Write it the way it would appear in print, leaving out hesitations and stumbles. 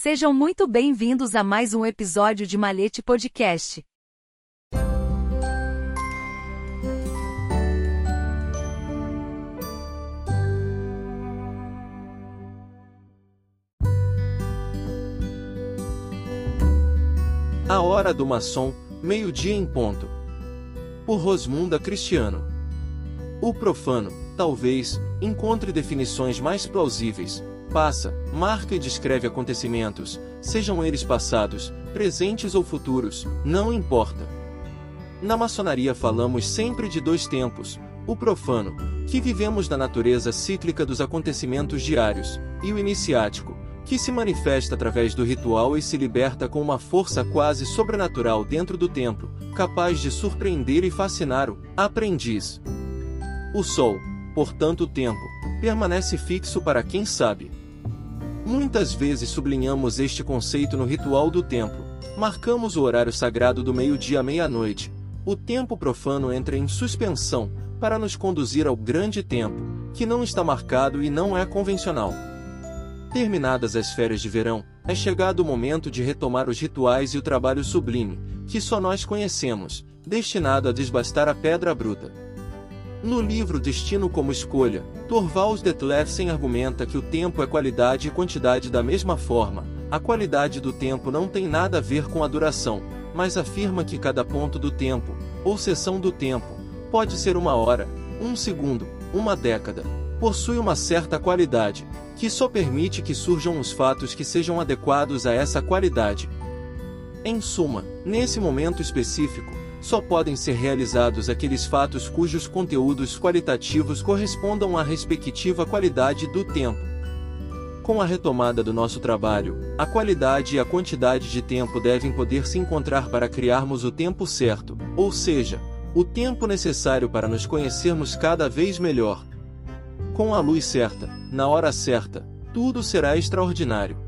Sejam muito bem-vindos a mais um episódio de Malete Podcast. A Hora do Maçom, meio-dia em ponto. Por Rosmunda Cristiano. O profano, talvez, encontre definições mais plausíveis. Passa, marca e descreve acontecimentos, sejam eles passados, presentes ou futuros, não importa. Na maçonaria falamos sempre de dois tempos: o profano, que vivemos na natureza cíclica dos acontecimentos diários, e o iniciático, que se manifesta através do ritual e se liberta com uma força quase sobrenatural dentro do templo, capaz de surpreender e fascinar o aprendiz. O sol, portanto o tempo, permanece fixo para quem sabe. Muitas vezes sublinhamos este conceito no ritual do templo. Marcamos o horário sagrado do meio-dia à meia-noite. O tempo profano entra em suspensão, para nos conduzir ao grande tempo, que não está marcado e não é convencional. Terminadas as férias de verão, é chegado o momento de retomar os rituais e o trabalho sublime, que só nós conhecemos, destinado a desbastar a pedra bruta. No livro Destino como Escolha, Thorvald Detlefsen argumenta que o tempo é qualidade e quantidade da mesma forma. A qualidade do tempo não tem nada a ver com a duração, mas afirma que cada ponto do tempo, ou seção do tempo, pode ser uma hora, um segundo, uma década, possui uma certa qualidade, que só permite que surjam os fatos que sejam adequados a essa qualidade. Em suma, nesse momento específico, só podem ser realizados aqueles fatos cujos conteúdos qualitativos correspondam à respectiva qualidade do tempo. Com a retomada do nosso trabalho, a qualidade e a quantidade de tempo devem poder se encontrar para criarmos o tempo certo, ou seja, o tempo necessário para nos conhecermos cada vez melhor. Com a luz certa, na hora certa, tudo será extraordinário.